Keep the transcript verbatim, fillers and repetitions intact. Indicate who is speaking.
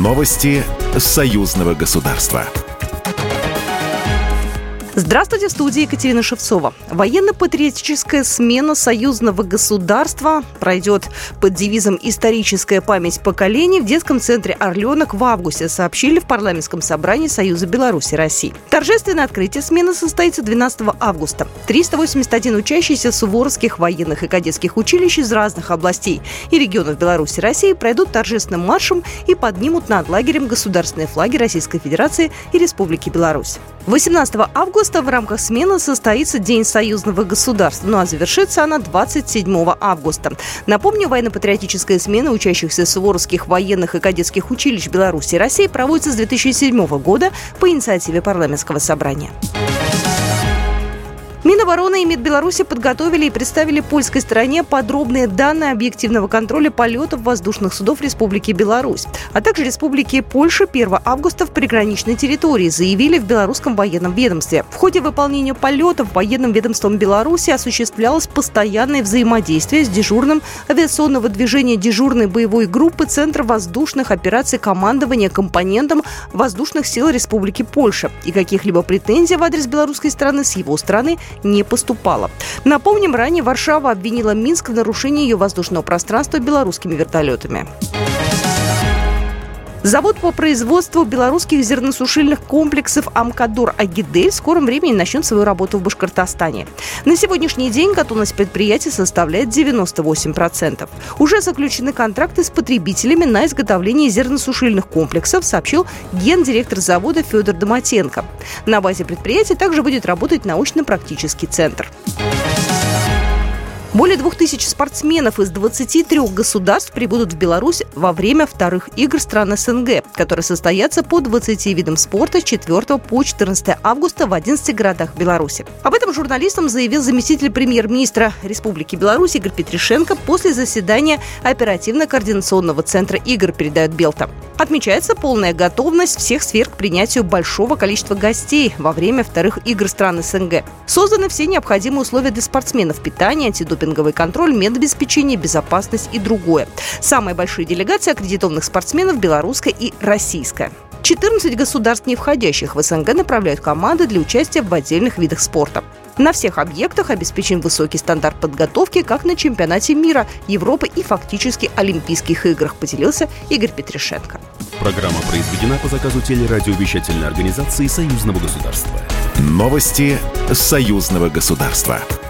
Speaker 1: Новости союзного государства.
Speaker 2: Здравствуйте, в студии Екатерина Шевцова. Военно-патриотическая смена союзного государства пройдет под девизом «Историческая память поколений» в детском центре «Орленок» в августе, сообщили в парламентском собрании Союза Беларуси России. Торжественное открытие смены состоится двенадцатого августа. триста восемьдесят один учащийся суворовских военных и кадетских училищ из разных областей и регионов Беларуси России пройдут торжественным маршем и поднимут над лагерем государственные флаги Российской Федерации и Республики Беларусь. восемнадцатого августа в рамках смены состоится День союзного государства, ну а завершится она двадцать седьмого августа. Напомню, военно-патриотическая смена учащихся суворовских военных и кадетских училищ Беларуси и России проводится с две тысячи седьмого года по инициативе парламентского собрания. Минобороны и МИД Беларуси подготовили и представили польской стороне подробные данные объективного контроля полетов воздушных судов Республики Беларусь, а также Республики Польша первого августа в приграничной территории, заявили в белорусском военном ведомстве. В ходе выполнения полетов военным ведомством Беларуси осуществлялось постоянное взаимодействие с дежурным авиационного движения дежурной боевой группы Центра воздушных операций командования компонентом воздушных сил Республики Польша, и каких-либо претензий в адрес белорусской стороны с его стороны не поступало. Напомним, ранее Варшава обвинила Минск в нарушении ее воздушного пространства белорусскими вертолетами. Завод по производству белорусских зерносушильных комплексов «Амкадор-Агидель» в скором времени начнет свою работу в Башкортостане. На сегодняшний день готовность предприятия составляет девяносто восемь процентов. Уже заключены контракты с потребителями на изготовление зерносушильных комплексов, сообщил гендиректор завода Федор Доматенко. На базе предприятия также будет работать научно-практический центр. Более двух тысяч спортсменов из двадцати трёх государств прибудут в Беларусь во время вторых игр стран СНГ, которые состоятся по двадцати видам спорта с четвёртого по четырнадцатое августа в одиннадцати городах Беларуси. Об этом журналистам заявил заместитель премьер-министра Республики Беларусь Игорь Петришенко после заседания оперативно-координационного центра игр, передает Белта. Отмечается полная готовность всех сфер к принятию большого количества гостей во время вторых игр стран СНГ. Созданы все необходимые условия для спортсменов: питание, антидопинговый контроль, медобеспечение, безопасность и другое. Самые большие делегации аккредитованных спортсменов – белорусская и российская. четырнадцать государств, не входящих в СНГ, направляют команды для участия в отдельных видах спорта. На всех объектах обеспечен высокий стандарт подготовки, как на чемпионате мира, Европы и фактически Олимпийских играх, поделился Игорь Петришенко.
Speaker 3: Программа произведена по заказу телерадиовещательной организации Союзного государства.
Speaker 1: Новости союзного государства.